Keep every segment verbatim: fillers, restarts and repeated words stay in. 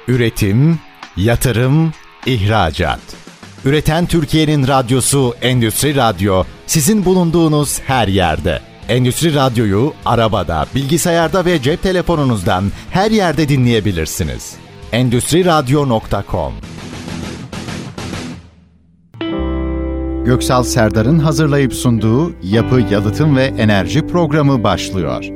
Üretim, yatırım, ihracat. Üreten Türkiye'nin radyosu Endüstri Radyo, sizin bulunduğunuz her yerde. Endüstri Radyo'yu arabada, bilgisayarda ve cep telefonunuzdan her yerde dinleyebilirsiniz. endüstri radyo nokta com. Göksal Serdar'ın hazırlayıp sunduğu Yapı, Yalıtım ve Enerji programı başlıyor.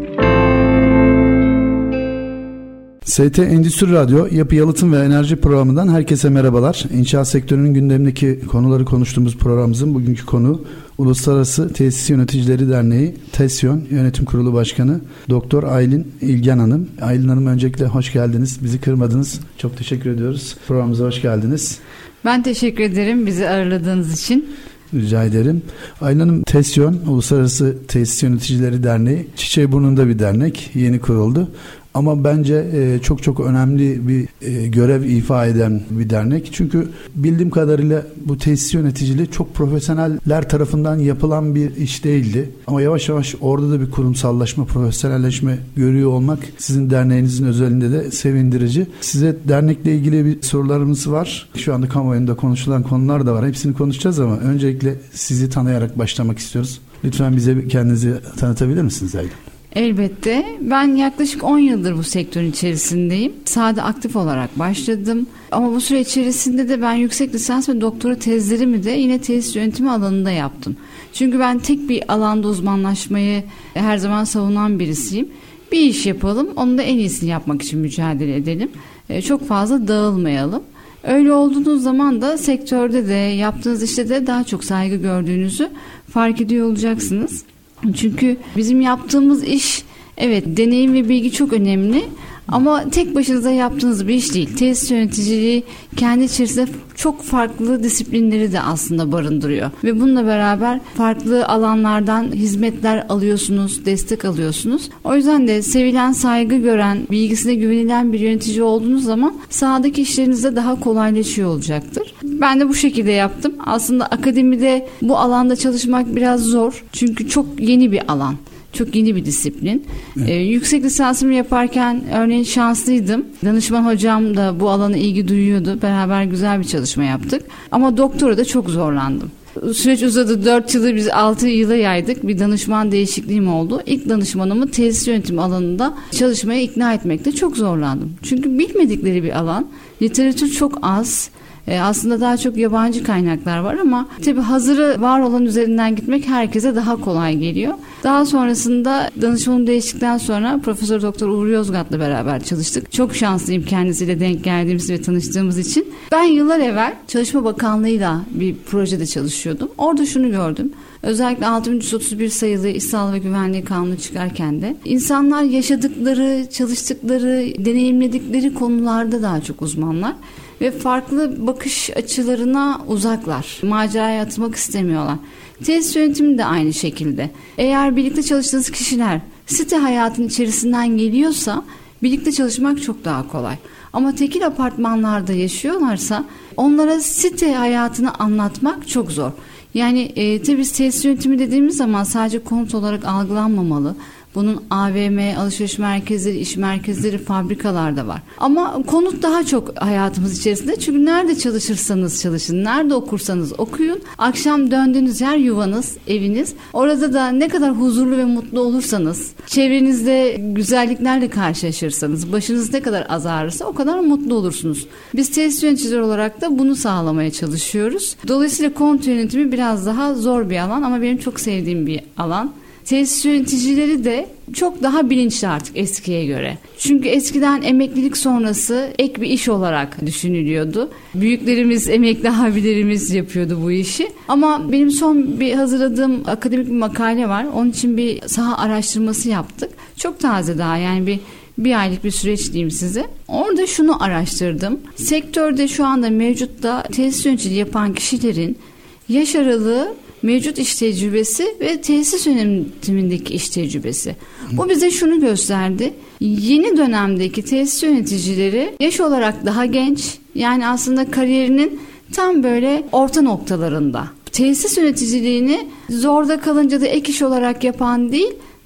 S T Endüstri Radyo Yapı, Yalıtım ve Enerji programından herkese merhabalar. İnşaat sektörünün gündemindeki konuları konuştuğumuz programımızın bugünkü konu Uluslararası Tesis Yöneticileri Derneği TESYON Yönetim Kurulu Başkanı Doktor Aylin İlgen Hanım. Aylin Hanım, öncelikle hoş geldiniz. Bizi kırmadınız. Çok teşekkür ediyoruz. Programımıza hoş geldiniz. Ben teşekkür ederim bizi ağırladığınız için. Rica ederim. Aylin Hanım, TESYON Uluslararası Tesis Yöneticileri Derneği Çiçeğburnu'nda bir dernek, yeni kuruldu. Ama bence e, çok çok önemli bir e, görev ifa eden bir dernek. Çünkü bildiğim kadarıyla bu tesis yöneticiliği çok profesyoneller tarafından yapılan bir iş değildi. Ama yavaş yavaş orada da bir kurumsallaşma, profesyonelleşme görüyor olmak sizin derneğinizin özelinde de sevindirici. Size dernekle ilgili bir sorularımız var. Şu anda kamuoyunda konuşulan konular da var. Hepsini konuşacağız ama öncelikle sizi tanıyarak başlamak istiyoruz. Lütfen bize kendinizi tanıtabilir misiniz Aylin? Elbette. Ben yaklaşık on yıldır bu sektörün içerisindeyim. Sahada aktif olarak başladım. Ama bu süre içerisinde de ben yüksek lisans ve doktora tezlerimi de yine tesis yönetimi alanında yaptım. Çünkü ben tek bir alanda uzmanlaşmayı her zaman savunan birisiyim. Bir iş yapalım, onu da en iyisini yapmak için mücadele edelim. Çok fazla dağılmayalım. Öyle olduğunuz zaman da sektörde de yaptığınız işte de daha çok saygı gördüğünüzü fark ediyor olacaksınız. Çünkü bizim yaptığımız iş, evet, deneyim ve bilgi çok önemli ama tek başınıza yaptığınız bir iş değil. Tesis yöneticiliği kendi içerisinde çok farklı disiplinleri de aslında barındırıyor. Ve bununla beraber farklı alanlardan hizmetler alıyorsunuz, destek alıyorsunuz. O yüzden de sevilen, saygı gören, bilgisine güvenilen bir yönetici olduğunuz zaman sahadaki işleriniz de daha kolaylaşıyor olacaktır. Ben de bu şekilde yaptım. Aslında akademide bu alanda çalışmak biraz zor. Çünkü çok yeni bir alan. Çok yeni bir disiplin. Evet. Ee, yüksek lisansımı yaparken örneğin şanslıydım. Danışman hocam da bu alana ilgi duyuyordu. Beraber güzel bir çalışma yaptık. Ama doktora da çok zorlandım. Süreç uzadı. dört yılı biz altı yıla yaydık. Bir danışman değişikliğim oldu. İlk danışmanımı tesis yönetimi alanında çalışmaya ikna etmekte çok zorlandım. Çünkü bilmedikleri bir alan. Literatür çok az. Ee, aslında daha çok yabancı kaynaklar var ama tabii hazırı var olan üzerinden gitmek herkese daha kolay geliyor. Daha sonrasında danışmanım değiştikten sonra Profesör Doktor Uğur Yozgat'la beraber çalıştık. Çok şanslıyım kendisiyle denk geldiğimiz ve tanıştığımız için. Ben yıllar evvel Çalışma Bakanlığı'yla bir projede çalışıyordum. Orada şunu gördüm. Özellikle altı bin üç yüz otuz bir sayılı İş Sağlığı ve Güvenliği Kanunu çıkarken de insanlar yaşadıkları, çalıştıkları, deneyimledikleri konularda daha çok uzmanlar. Ve farklı bakış açılarına uzaklar. Maceraya atmak istemiyorlar. Tesis yönetimi de aynı şekilde. Eğer birlikte çalıştığınız kişiler site hayatının içerisinden geliyorsa birlikte çalışmak çok daha kolay. Ama tekil apartmanlarda yaşıyorlarsa onlara site hayatını anlatmak çok zor. Yani e, tabii tesis yönetimi dediğimiz zaman sadece konut olarak algılanmamalı. Bunun A V M, alışveriş merkezleri, iş merkezleri, fabrikalarda var. Ama konut daha çok hayatımız içerisinde. Çünkü nerede çalışırsanız çalışın, nerede okursanız okuyun. Akşam döndüğünüz yer yuvanız, eviniz. Orada da ne kadar huzurlu ve mutlu olursanız, çevrenizde güzelliklerle karşılaşırsanız, başınız ne kadar az ağrırsa o kadar mutlu olursunuz. Biz tesis yöneticiler olarak da bunu sağlamaya çalışıyoruz. Dolayısıyla konut yönetimi biraz daha zor bir alan ama benim çok sevdiğim bir alan. Tesis yöneticileri de çok daha bilinçli artık eskiye göre. Çünkü eskiden emeklilik sonrası ek bir iş olarak düşünülüyordu. Büyüklerimiz, emekli abilerimiz yapıyordu bu işi. Ama benim son bir hazırladığım akademik bir makale var. Onun için bir saha araştırması yaptık. Çok taze daha, yani bir bir aylık bir süreç diyeyim size. Orada şunu araştırdım. Sektörde şu anda mevcutta tesis yöneticiliği yapan kişilerin yaş aralığı, mevcut iş tecrübesi ve tesis yönetimindeki iş tecrübesi. Bu bize şunu gösterdi. Yeni dönemdeki tesis yöneticileri yaş olarak daha genç, yani aslında kariyerinin tam böyle orta noktalarında. Tesis yöneticiliğini zorda kalınca da ek iş olarak yapan değil,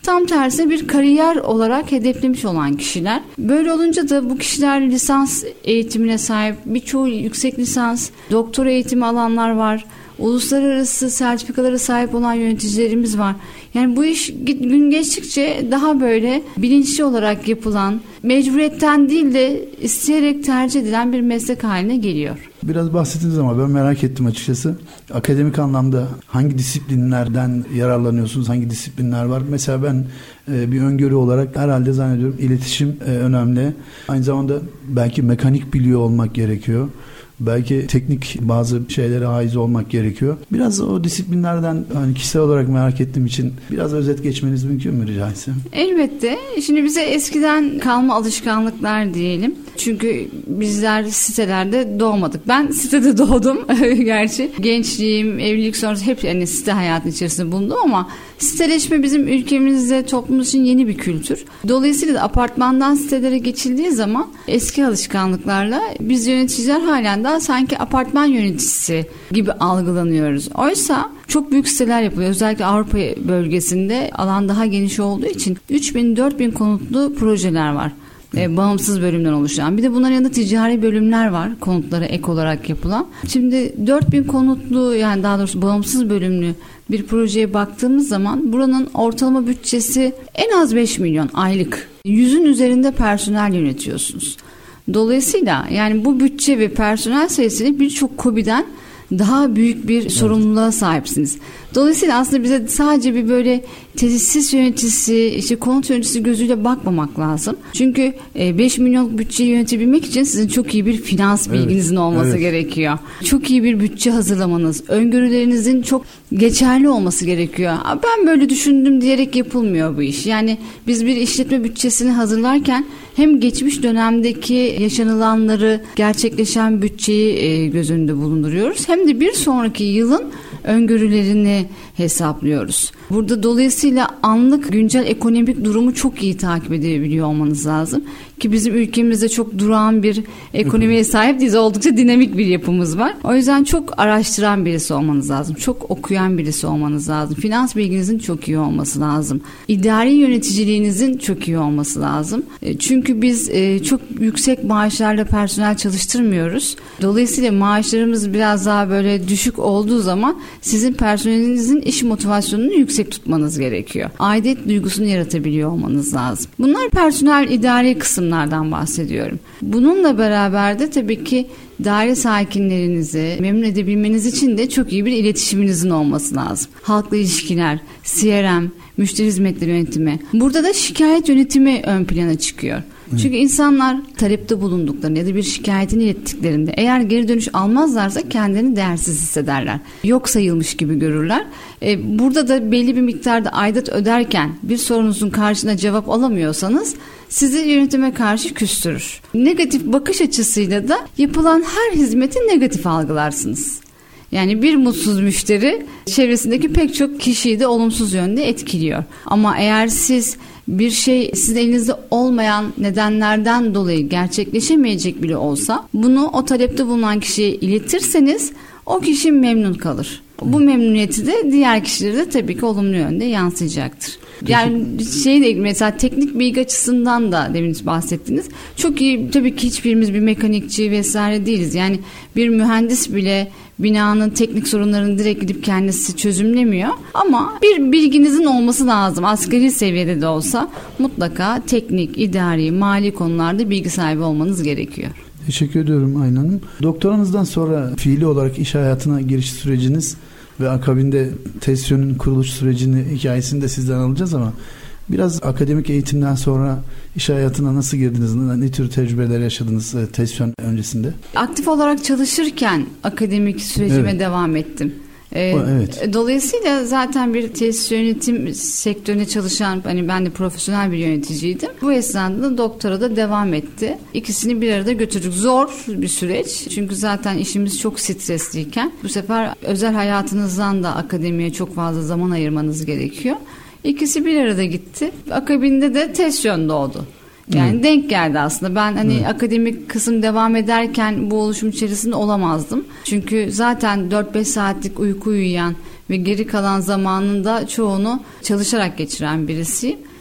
Tam tersine bir kariyer olarak hedeflemiş olan kişiler. Böyle olunca da bu kişiler lisans eğitimine sahip, birçoğu yüksek lisans, doktora eğitimi alanlar var. Uluslararası sertifikalara sahip olan yöneticilerimiz var. Yani bu iş gün geçtikçe daha böyle bilinçli olarak yapılan, mecburiyetten değil de isteyerek tercih edilen bir meslek haline geliyor. Biraz bahsettiniz ama ben merak ettim açıkçası. Akademik anlamda hangi disiplinlerden yararlanıyorsunuz? Hangi disiplinler var? Mesela ben e, bir öngörü olarak herhalde zannediyorum iletişim e, önemli. Aynı zamanda belki mekanik biliyor olmak gerekiyor. Belki teknik bazı şeylere haiz olmak gerekiyor. Biraz o disiplinlerden hani kişisel olarak merak ettiğim için biraz özet geçmeniz mümkün mü rica etsem? Elbette. Şimdi bize eskiden kalma alışkanlıklar diyelim. Çünkü bizler sitelerde doğmadık. Ben sitede doğdum gerçi. Gençliğim, evlilik sonrası hep yani site hayatının içerisinde bulundum ama siteleşme bizim ülkemizde, toplumumuz için yeni bir kültür. Dolayısıyla da apartmandan sitelere geçildiği zaman eski alışkanlıklarla biz yöneticiler halen daha sanki apartman yöneticisi gibi algılanıyoruz. Oysa çok büyük siteler yapılıyor. Özellikle Avrupa bölgesinde alan daha geniş olduğu için üç bin dört bin konutlu projeler var. E, bağımsız bölümden oluşan. Bir de bunların yanında ticari bölümler var. Konutlara ek olarak yapılan. Şimdi dört bin konutlu yani daha doğrusu bağımsız bölümlü bir projeye baktığımız zaman buranın ortalama bütçesi en az beş milyon aylık. Yüzün üzerinde personel yönetiyorsunuz. Dolayısıyla yani bu bütçe ve personel sayısıyla birçok KOBİ'den daha büyük bir sorumluluğa sahipsiniz. Dolayısıyla aslında bize sadece bir böyle tesis yöneticisi, işte konut yöneticisi gözüyle bakmamak lazım. Çünkü beş milyon bütçeyi yönetebilmek için sizin çok iyi bir finans bilginizin evet, olması evet. gerekiyor. Çok iyi bir bütçe hazırlamanız, öngörülerinizin çok geçerli olması gerekiyor. Ben böyle düşündüm diyerek yapılmıyor bu iş. Yani biz bir işletme bütçesini hazırlarken hem geçmiş dönemdeki yaşanılanları, gerçekleşen bütçeyi göz önünde bulunduruyoruz. Hem de bir sonraki yılın öngörülerini hesaplıyoruz. Burada dolayısıyla anlık güncel ekonomik durumu çok iyi takip edebiliyor olmanız lazım. Ki bizim ülkemizde çok durağan bir ekonomiye sahip değiliz. Oldukça dinamik bir yapımız var. O yüzden çok araştıran birisi olmanız lazım. Çok okuyan birisi olmanız lazım. Finans bilginizin çok iyi olması lazım. İdari yöneticiliğinizin çok iyi olması lazım. Çünkü biz çok yüksek maaşlarla personel çalıştırmıyoruz. Dolayısıyla maaşlarımız biraz daha böyle düşük olduğu zaman sizin personelinizin iş motivasyonunu yüksek tutmanız gerekiyor. Aidiyet duygusunu yaratabiliyor olmanız lazım. Bunlar personel idari kısımlardan bahsediyorum. Bununla beraber de tabii ki daire sakinlerinizi memnun edebilmeniz için de çok iyi bir iletişiminizin olması lazım. Halkla ilişkiler, C R M, müşteri hizmetleri yönetimi. Burada da şikayet yönetimi ön plana çıkıyor. Çünkü insanlar talepte bulunduklarında ya da bir şikayetini ilettiklerinde eğer geri dönüş almazlarsa kendilerini değersiz hissederler. Yok sayılmış gibi görürler. Ee, burada da belli bir miktarda aidat öderken bir sorunuzun karşına cevap alamıyorsanız sizi yönetime karşı küstürür. Negatif bakış açısıyla da yapılan her hizmeti negatif algılarsınız. Yani bir mutsuz müşteri çevresindeki pek çok kişiyi de olumsuz yönde etkiliyor. Ama eğer siz bir şey sizin elinizde olmayan nedenlerden dolayı gerçekleşemeyecek bile olsa bunu o talepte bulunan kişiye iletirseniz o kişi memnun kalır. Bu memnuniyeti de diğer kişilere de tabii ki olumlu yönde yansıyacaktır. Yani şey de mesela teknik bilgi açısından da demin bahsettiniz. Çok iyi tabii ki hiçbirimiz bir mekanikçi vesaire değiliz. Yani bir mühendis bile binanın teknik sorunlarını direkt gidip kendisi çözümlemiyor. Ama bir bilginizin olması lazım. Asgari seviyede de olsa mutlaka teknik, idari, mali konularda bilgi sahibi olmanız gerekiyor. Teşekkür ediyorum Aylin Hanım. Doktoranızdan sonra fiili olarak iş hayatına giriş süreciniz ve akabinde TESYON'un kuruluş sürecini, hikayesini de sizden alacağız ama biraz akademik eğitimden sonra iş hayatına nasıl girdiniz? Ne tür tecrübeler yaşadınız TESYON öncesinde? Aktif olarak çalışırken akademik sürecime evet. devam ettim. Ee, evet. Dolayısıyla zaten bir tesis yönetim sektöründe çalışan, hani ben de profesyonel bir yöneticiydim. Bu esnada da doktora da devam etti. İkisini bir arada götürdük. Zor bir süreç. Çünkü zaten işimiz çok stresliyken bu sefer özel hayatınızdan da akademiye çok fazla zaman ayırmanız gerekiyor. İkisi bir arada gitti. Akabinde de TESYON doğdu. Yani evet. denk geldi aslında. Ben hani evet. akademik kısım devam ederken bu oluşum içerisinde olamazdım. Çünkü zaten dört beş saatlik uyku uyuyan ve geri kalan zamanında çoğunu çalışarak geçiren birisiyim.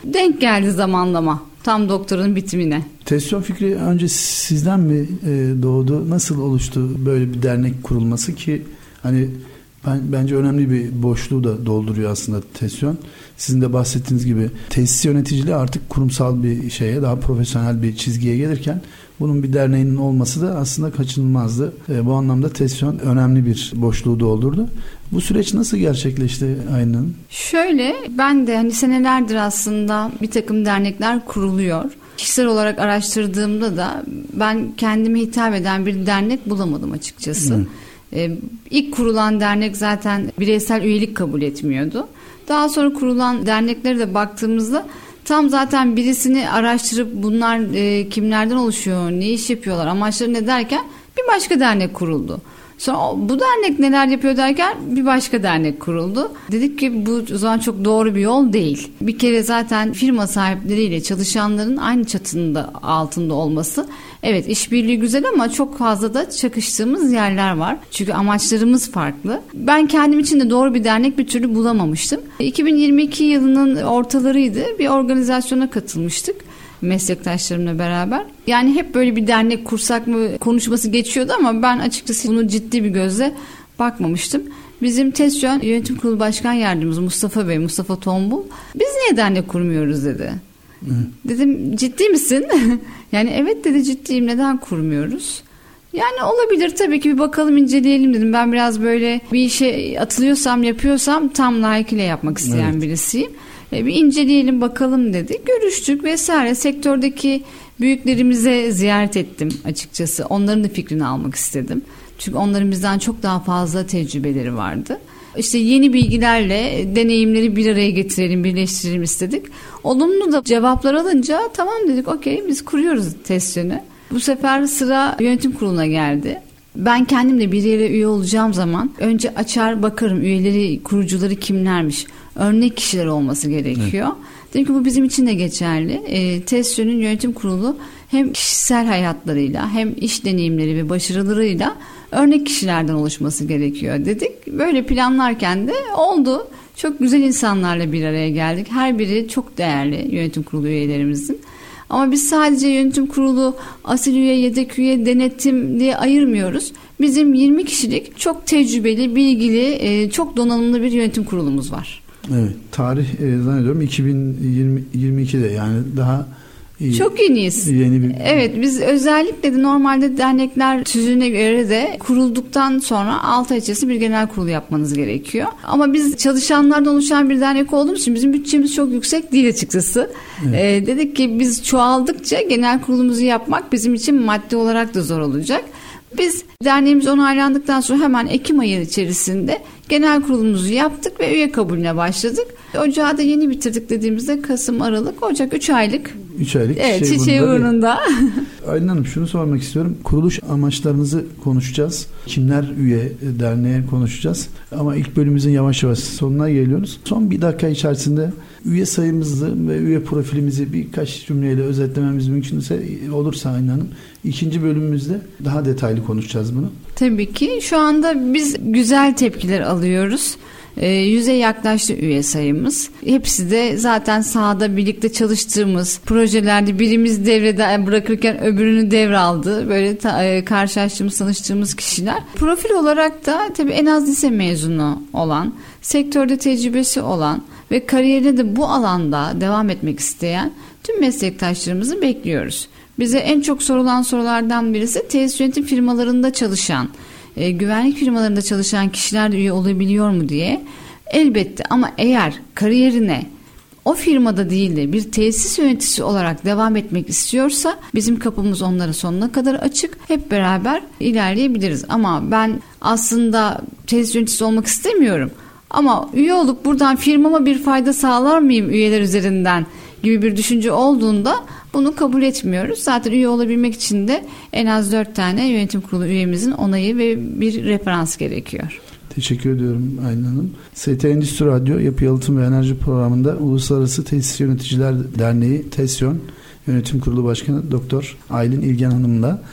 Denk geldi zamanlama. Tam doktorun bitimine. Tesyon fikri önce sizden mi doğdu? Nasıl oluştu böyle bir dernek kurulması ki hani ben, bence önemli bir boşluğu da dolduruyor aslında Tesyon. Sizin de bahsettiğiniz gibi tesis yöneticiliği artık kurumsal bir şeye, daha profesyonel bir çizgiye gelirken bunun bir derneğinin olması da aslında kaçınılmazdı. E, bu anlamda Tesyon önemli bir boşluğu doldurdu. Bu süreç nasıl gerçekleşti Aylin Hanım? Şöyle, ben de hani senelerdir aslında bir takım dernekler kuruluyor. Kişisel olarak araştırdığımda da ben kendime hitap eden bir dernek bulamadım açıkçası. Hı. Ee, ilk kurulan dernek zaten bireysel üyelik kabul etmiyordu. Daha sonra kurulan derneklere de baktığımızda tam zaten birisini araştırıp bunlar e, kimlerden oluşuyor, ne iş yapıyorlar, amaçları ne derken bir başka dernek kuruldu. Sonra bu dernek neler yapıyor derken bir başka dernek kuruldu. Dedik ki bu o zaman çok doğru bir yol değil. Bir kere zaten firma sahipleriyle çalışanların aynı çatının altında olması. Evet, işbirliği güzel ama çok fazla da çakıştığımız yerler var. Çünkü amaçlarımız farklı. Ben kendim için de doğru bir dernek bir türlü bulamamıştım. iki bin yirmi iki yılının ortalarıydı. Bir organizasyona katılmıştık meslektaşlarımla beraber. Yani hep böyle bir dernek kursak mı konuşması geçiyordu ama ben açıkçası bunu ciddi bir gözle bakmamıştım. Bizim Tesyon Yönetim Kurulu Başkan Yardımcımız Mustafa Bey, Mustafa Tombul, biz niye dernek kurmuyoruz dedi. Hı. Dedim ciddi misin? Yani evet dedi, ciddiyim, neden kurmuyoruz? Yani olabilir tabii ki, bir bakalım inceleyelim dedim. Ben biraz böyle bir işe atılıyorsam yapıyorsam tam layıkıyla yapmak isteyen evet. birisiyim. Bir inceleyelim bakalım dedi. Görüştük vesaire. Sektördeki büyüklerimize ziyaret ettim açıkçası. Onların da fikrini almak istedim. Çünkü onların bizden çok daha fazla tecrübeleri vardı. İşte yeni bilgilerle deneyimleri bir araya getirelim, birleştirelim istedik. Olumlu da cevaplar alınca tamam dedik, okey biz kuruyoruz Tesyon'u. Bu sefer sıra yönetim kuruluna geldi. Ben kendim de bir yere üye olacağım zaman önce açar bakarım üyeleri, kurucuları kimlermiş. Örnek kişiler olması gerekiyor. Evet. Dedim ki bu bizim için de geçerli. E, Tesyon'un yönetim kurulu hem kişisel hayatlarıyla hem iş deneyimleri ve başarılarıyla örnek kişilerden oluşması gerekiyor dedik. Böyle planlarken de oldu. Çok güzel insanlarla bir araya geldik. Her biri çok değerli yönetim kurulu üyelerimizin. Ama biz sadece yönetim kurulu, asil üye, yedek üye, denetim diye ayırmıyoruz. Bizim yirmi kişilik çok tecrübeli, bilgili, çok donanımlı bir yönetim kurulumuz var. Evet, tarih e, zannediyorum iki bin yirmi ikide yani daha iyi, çok yeniyiz. Yeni bir... Evet, biz özellikle de normalde dernekler tüzüğüne göre de kurulduktan sonra altı ay içerisinde bir genel kurulu yapmanız gerekiyor. Ama biz çalışanlardan oluşan bir dernek olduğumuz için bizim bütçemiz çok yüksek değil açıkçası. Evet. Ee, dedik ki biz çoğaldıkça genel kurulumuzu yapmak bizim için maddi olarak da zor olacak. Biz derneğimiz onaylandıktan sonra hemen Ekim ayı içerisinde genel kurulumuzu yaptık ve üye kabulüne başladık. Ocağı da yeni bitirdik dediğimizde Kasım, Aralık, Ocak üç aylık. üç aylık evet, çiçeği, çiçeği burnunda. Aylin Hanım, şunu sormak istiyorum. Kuruluş amaçlarınızı konuşacağız. Kimler üye derneğe konuşacağız. Ama ilk bölümümüzün yavaş yavaş sonuna geliyoruz. Son bir dakika içerisinde üye sayımızı ve üye profilimizi birkaç cümleyle özetlememiz mümkünse olursa Aylin Hanım, ikinci bölümümüzde daha detaylı konuşacağız bunu. Tabii ki. Şu anda biz güzel tepkiler alıyoruz. E, yüze yaklaştı üye sayımız. Hepsi de zaten sahada birlikte çalıştığımız projelerde birimiz devrede bırakırken öbürünü devraldı. Böyle ta, e, karşılaştığımız, tanıştığımız kişiler. Profil olarak da tabii en az lise mezunu olan, sektörde tecrübesi olan ve kariyerine de bu alanda devam etmek isteyen tüm meslektaşlarımızı bekliyoruz. Bize en çok sorulan sorulardan birisi tesis yönetim firmalarında çalışan, e, güvenlik firmalarında çalışan kişiler de üye olabiliyor mu diye. Elbette, ama eğer kariyerine o firmada değil de bir tesis yöneticisi olarak devam etmek istiyorsa bizim kapımız onlara sonuna kadar açık. Hep beraber ilerleyebiliriz. Ama ben aslında tesis yöneticisi olmak istemiyorum. Ama üye olup buradan firmama bir fayda sağlar mıyım üyeler üzerinden gibi bir düşünce olduğunda bunu kabul etmiyoruz. Zaten üye olabilmek için de en az dört tane yönetim kurulu üyemizin onayı ve bir referans gerekiyor. Teşekkür ediyorum Aylin Hanım. S T Endüstri Radyo Yapı Yalıtım ve Enerji Programı'nda Uluslararası Tesis Yöneticiler Derneği Tesyon Yönetim Kurulu Başkanı Doktor Aylin İlgen Hanım'la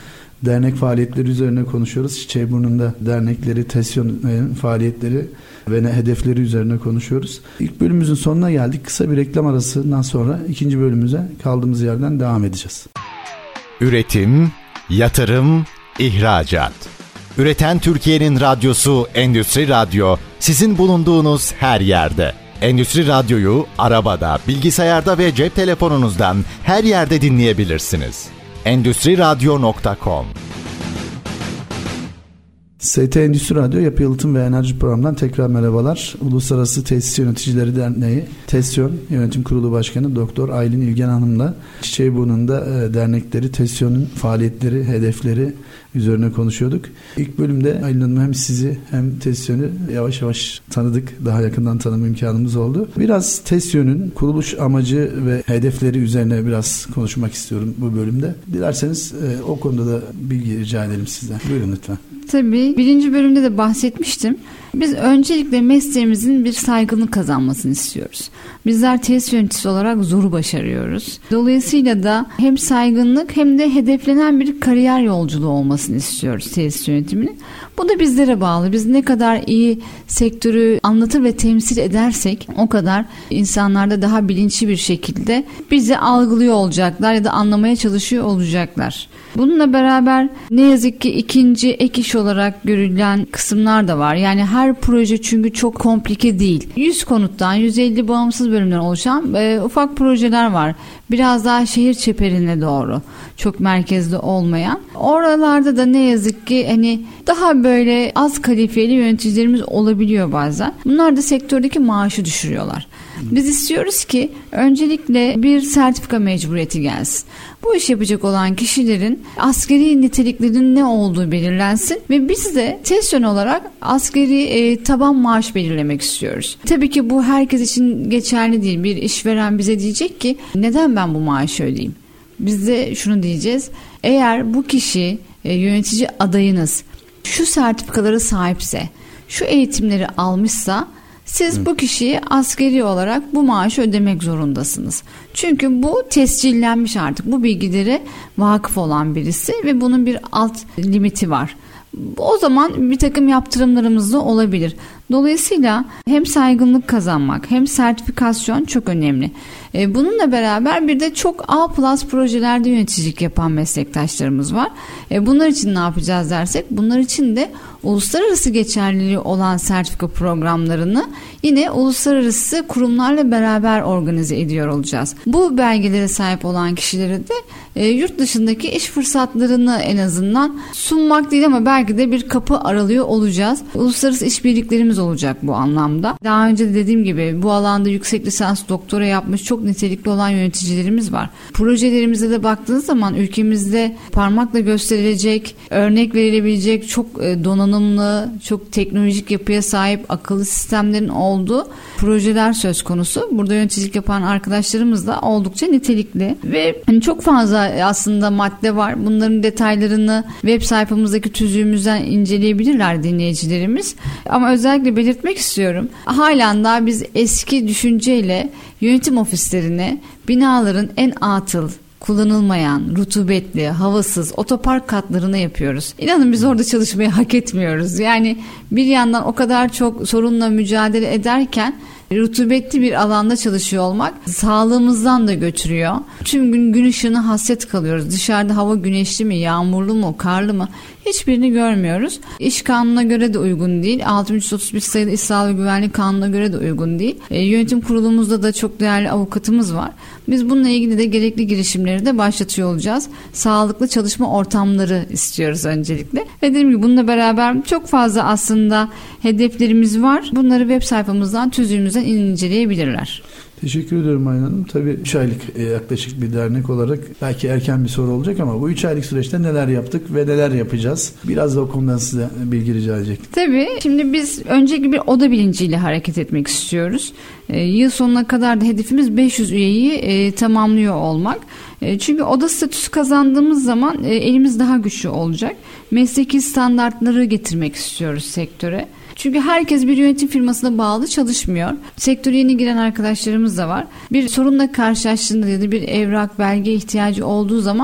dernek faaliyetleri üzerine konuşuyoruz. Çiçeğburnu'nda dernekleri, TESYON'un faaliyetleri ve ne hedefleri üzerine konuşuyoruz. İlk bölümümüzün sonuna geldik. Kısa bir reklam arasından sonra ikinci bölümümüze kaldığımız yerden devam edeceğiz. Üretim, yatırım, ihracat. Üreten Türkiye'nin radyosu Endüstri Radyo, sizin bulunduğunuz her yerde. Endüstri Radyo'yu arabada, bilgisayarda ve cep telefonunuzdan her yerde dinleyebilirsiniz. endüstri radyo nokta com. S T Endüstri Radyo Yapı Yalıtım ve Enerji Programı'ndan tekrar merhabalar. Uluslararası Tesis Yöneticileri Derneği TESYON Yönetim Kurulu Başkanı Doktor Aylin İlgen Hanım'la Çiçeğburnu'nda e, dernekleri, TESYON'un faaliyetleri, hedefleri üzerine konuşuyorduk. İlk bölümde Aylin Hanım hem sizi hem TESYON'u yavaş yavaş tanıdık. Daha yakından tanıma imkanımız oldu. Biraz TESYON'un kuruluş amacı ve hedefleri üzerine biraz konuşmak istiyorum bu bölümde. Dilerseniz e, o konuda da bilgi rica edelim sizden. Buyurun lütfen. Tabii. Birinci bölümde de bahsetmiştim. Biz öncelikle mesleğimizin bir saygınlık kazanmasını istiyoruz. Bizler tesis yöneticisi olarak zoru başarıyoruz. Dolayısıyla da hem saygınlık hem de hedeflenen bir kariyer yolculuğu olmasını istiyoruz tesis yönetiminin. Bu da bizlere bağlı. Biz ne kadar iyi sektörü anlatır ve temsil edersek o kadar insanlarda daha bilinçli bir şekilde bizi algılıyor olacaklar ya da anlamaya çalışıyor olacaklar. Bununla beraber ne yazık ki ikinci ek iş olarak görülen kısımlar da var. Yani her proje çünkü çok komplike değil. yüz konuttan yüz elli bağımsız bölümden oluşan e, ufak projeler var. Biraz daha şehir çeperine doğru, çok merkezli olmayan. Oralarda da ne yazık ki hani daha böyle az kalifiyeli yöneticilerimiz olabiliyor bazen. Bunlar da sektördeki maaşı düşürüyorlar. Biz istiyoruz ki öncelikle bir sertifika mecburiyeti gelsin. Bu iş yapacak olan kişilerin asgari niteliklerinin ne olduğu belirlensin ve biz de TESYON olarak asgari e, taban maaş belirlemek istiyoruz. Tabii ki bu herkes için geçerli değil. Bir işveren bize diyecek ki neden ben bu maaşı ödeyeyim? Biz de şunu diyeceğiz. Eğer bu kişi e, yönetici adayınız şu sertifikalara sahipse, şu eğitimleri almışsa siz bu kişiye asgari olarak bu maaşı ödemek zorundasınız. Çünkü bu tescillenmiş artık. Bu bilgilere vakıf olan birisi ve bunun bir alt limiti var. O zaman bir takım yaptırımlarımız da olabilir. Dolayısıyla hem saygınlık kazanmak hem sertifikasyon çok önemli. Bununla beraber bir de çok A plus projelerde yöneticilik yapan meslektaşlarımız var. Bunlar için ne yapacağız dersek, bunlar için de uluslararası geçerliliği olan sertifika programlarını yine uluslararası kurumlarla beraber organize ediyor olacağız. Bu belgelere sahip olan kişilere de e, yurt dışındaki iş fırsatlarını en azından sunmak değil ama belki de bir kapı aralıyor olacağız. Uluslararası işbirliklerimiz olacak bu anlamda. Daha önce de dediğim gibi bu alanda yüksek lisans doktora yapmış çok nitelikli olan yöneticilerimiz var. Projelerimize de baktığınız zaman ülkemizde parmakla gösterilecek, örnek verilebilecek çok e, donanımlı, çok teknolojik yapıya sahip akıllı sistemlerin olduğu projeler söz konusu. Burada yöneticilik yapan arkadaşlarımız da oldukça nitelikli ve hani çok fazla aslında madde var. Bunların detaylarını web sayfamızdaki tüzüğümüzden inceleyebilirler dinleyicilerimiz. Ama özellikle belirtmek istiyorum. Halen daha biz eski düşünceyle yönetim ofislerine binaların en atıl, kullanılmayan, rutubetli, havasız otopark katlarına yapıyoruz. İnanın biz orada çalışmayı hak etmiyoruz. Yani bir yandan o kadar çok sorunla mücadele ederken rutubetli bir alanda çalışıyor olmak sağlığımızdan da götürüyor. Tüm gün gün ışığına hasret kalıyoruz. Dışarıda hava güneşli mi, yağmurlu mu, karlı mı? Hiçbirini görmüyoruz. İş kanununa göre de uygun değil. altı bin üç yüz otuz bir sayılı İş Sağlığı Güvenlik Kanunu'na göre de uygun değil. E, yönetim kurulumuzda da çok değerli avukatımız var. Biz bununla ilgili de gerekli girişimleri de başlatıyor olacağız. Sağlıklı çalışma ortamları istiyoruz öncelikle. Ve dediğim gibi bununla beraber çok fazla aslında hedeflerimiz var. Bunları web sayfamızdan, tüzüğümüzden inceleyebilirler. Teşekkür ediyorum Aylin Hanım. Tabii üç aylık yaklaşık bir dernek olarak belki erken bir soru olacak ama bu üç aylık süreçte neler yaptık ve neler yapacağız? Biraz da o konudan size bilgi rica edecektim. Tabii. Şimdi biz öncelikle bir oda bilinciyle hareket etmek istiyoruz. E, yıl sonuna kadar da hedefimiz beş yüz üyeyi e, tamamlıyor olmak. E, çünkü oda statüsü kazandığımız zaman e, elimiz daha güçlü olacak. Mesleki standartları getirmek istiyoruz sektöre. Çünkü herkes bir yönetim firmasına bağlı çalışmıyor. Sektöre yeni giren arkadaşlarımız da var. Bir sorunla karşılaştığında ya da bir evrak, belge ihtiyacı olduğu zaman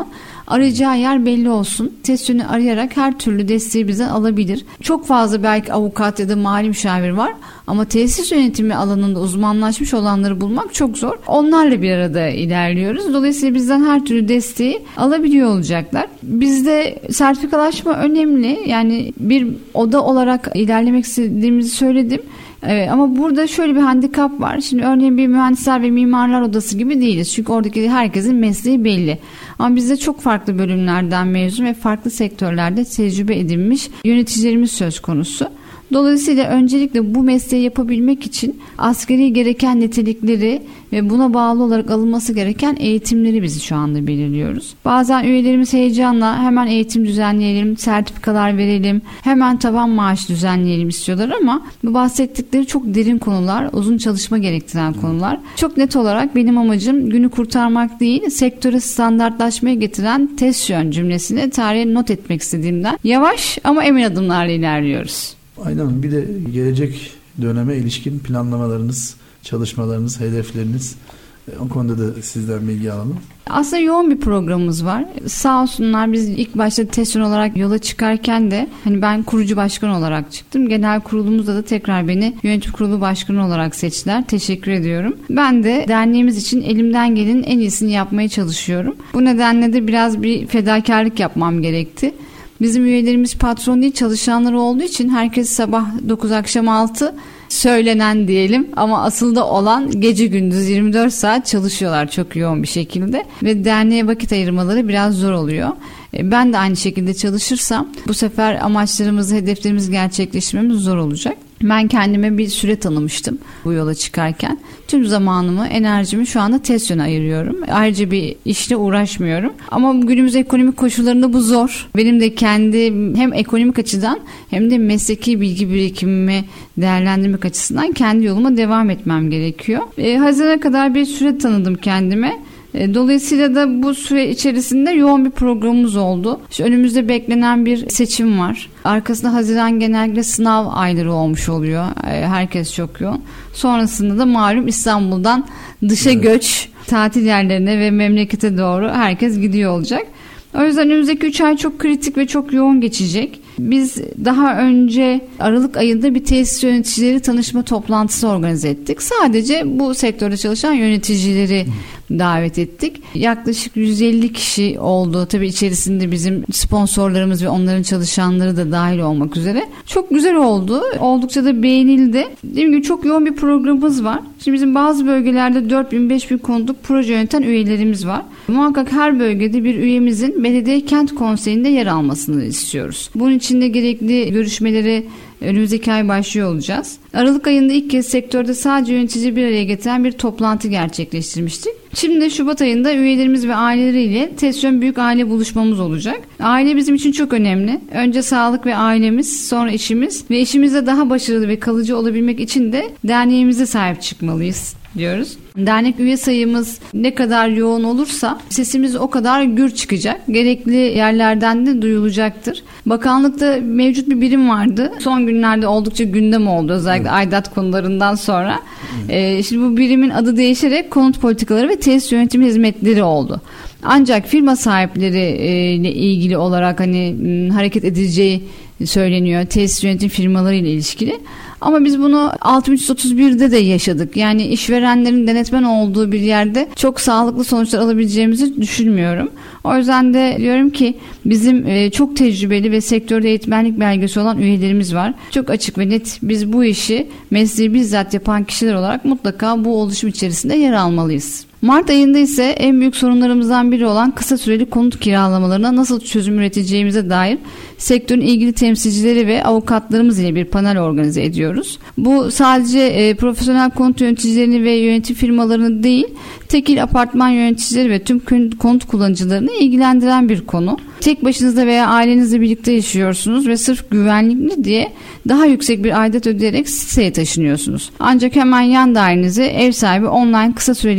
Arayacağı yer belli olsun. Tesyonu arayarak her türlü desteği bizden alabilir. Çok fazla belki avukat ya da mali müşavir var ama tesis yönetimi alanında uzmanlaşmış olanları bulmak çok zor. Onlarla bir arada ilerliyoruz. Dolayısıyla bizden her türlü desteği alabiliyor olacaklar. Bizde sertifikalaşma önemli. Yani bir oda olarak ilerlemek istediğimizi söyledim. Evet, ama burada şöyle bir handikap var. Şimdi örneğin bir mühendisler ve mimarlar odası gibi değiliz. Çünkü oradaki herkesin mesleği belli. Ama bizde çok farklı bölümlerden mezun ve farklı sektörlerde tecrübe edinmiş yöneticilerimiz söz konusu. Dolayısıyla öncelikle bu mesleği yapabilmek için asgari gereken nitelikleri ve buna bağlı olarak alınması gereken eğitimleri biz şu anda belirliyoruz. Bazen üyelerimiz heyecanla hemen eğitim düzenleyelim, sertifikalar verelim, hemen taban maaş düzenleyelim istiyorlar ama bu bahsettikleri çok derin konular, uzun çalışma gerektiren konular. Çok net olarak benim amacım günü kurtarmak değil, sektöre standartlaşmaya getiren TESYON cümlesini tarihe not etmek istediğimden yavaş ama emin adımlarla ilerliyoruz. Aynen, bir de gelecek döneme ilişkin planlamalarınız, çalışmalarınız, hedefleriniz, o konuda da sizden bilgi alalım. Aslında yoğun bir programımız var. Sağ olsunlar, biz ilk başta TESYON olarak yola çıkarken de hani ben kurucu başkan olarak çıktım. Genel kurulumuzda da tekrar beni yönetim kurulu başkanı olarak seçtiler. Teşekkür ediyorum. Ben de derneğimiz için elimden gelenin en iyisini yapmaya çalışıyorum. Bu nedenle de biraz bir fedakarlık yapmam gerekti. Bizim üyelerimiz patron değil, çalışanları olduğu için herkes sabah dokuz akşam altı söylenen diyelim ama asıl da olan gece gündüz yirmi dört saat çalışıyorlar çok yoğun bir şekilde ve derneğe vakit ayırmaları biraz zor oluyor. Ben de aynı şekilde çalışırsam bu sefer amaçlarımızı, hedeflerimizi gerçekleştirmemiz zor olacak. Ben kendime bir süre tanımıştım bu yola çıkarken. Tüm zamanımı, enerjimi şu anda TESYON'a ayırıyorum. Ayrıca bir işle uğraşmıyorum. Ama günümüz ekonomik koşullarında bu zor. Benim de kendi hem ekonomik açıdan hem de mesleki bilgi birikimimi değerlendirmek açısından kendi yoluma devam etmem gerekiyor. E, Haziran'a kadar bir süre tanıdım kendime. Dolayısıyla da bu süre içerisinde yoğun bir programımız oldu. İşte önümüzde beklenen bir seçim var. Arkasında Haziran genellikle sınav ayları olmuş oluyor. Herkes çok yoğun. Sonrasında da malum İstanbul'dan dışa evet. göç, tatil yerlerine ve memlekete doğru herkes gidiyor olacak. O yüzden önümüzdeki üç ay çok kritik ve çok yoğun geçecek. Biz daha önce Aralık ayında bir tesis yöneticileri tanışma toplantısı organize ettik. Sadece bu sektörde çalışan yöneticileri davet ettik. Yaklaşık yüz elli kişi oldu. Tabii içerisinde bizim sponsorlarımız ve onların çalışanları da dahil olmak üzere. Çok güzel oldu. Oldukça da beğenildi. Dediğim gibi çok yoğun bir programımız var. Şimdi bizim bazı bölgelerde dört bin beş bin konuduk proje yöneten üyelerimiz var. Muhakkak her bölgede bir üyemizin belediye kent konseyinde yer almasını istiyoruz. Bunun için de gerekli görüşmeleri önümüzdeki ay başlıyor olacağız. Aralık ayında ilk kez sektörde sadece yönetici bir araya getiren bir toplantı gerçekleştirmiştik. Şimdi de Şubat ayında üyelerimiz ve aileleriyle TESYON Büyük Aile buluşmamız olacak. Aile bizim için çok önemli. Önce sağlık ve ailemiz, sonra işimiz ve işimizde daha başarılı ve kalıcı olabilmek için de derneğimize sahip çıkmalıyız diyoruz. Dernek üye sayımız ne kadar yoğun olursa sesimiz o kadar gür çıkacak. Gerekli yerlerden de duyulacaktır. Bakanlıkta mevcut bir birim vardı. Son günlerde oldukça gündem oldu. Özellikle evet. aidat konularından sonra. Evet. Ee, şimdi bu birimin adı değişerek konut politikaları ve tesis yönetimi hizmetleri oldu. Ancak firma sahipleri ile ilgili olarak hani hareket edileceği söyleniyor. Tesis yönetim firmaları ile ilişkili. Ama biz bunu altı bin üç yüz otuz birde de yaşadık. Yani işverenlerin denetmen olduğu bir yerde çok sağlıklı sonuçlar alabileceğimizi düşünmüyorum. O yüzden de diyorum ki bizim çok tecrübeli ve sektörde eğitmenlik belgesi olan üyelerimiz var. Çok açık ve net biz bu işi mesleği bizzat yapan kişiler olarak mutlaka bu oluşum içerisinde yer almalıyız. Mart ayında ise en büyük sorunlarımızdan biri olan kısa süreli konut kiralamalarına nasıl çözüm üreteceğimize dair sektörün ilgili temsilcileri ve avukatlarımız ile bir panel organize ediyoruz. Bu sadece e, profesyonel konut yöneticilerini ve yönetim firmalarını değil, tekil apartman yöneticileri ve tüm konut kullanıcılarını ilgilendiren bir konu. Tek başınızda veya ailenizle birlikte yaşıyorsunuz ve sırf güvenlikli diye daha yüksek bir aidat ödeyerek siteye taşınıyorsunuz. Ancak hemen yan dairenize ev sahibi online kısa süreli kiralama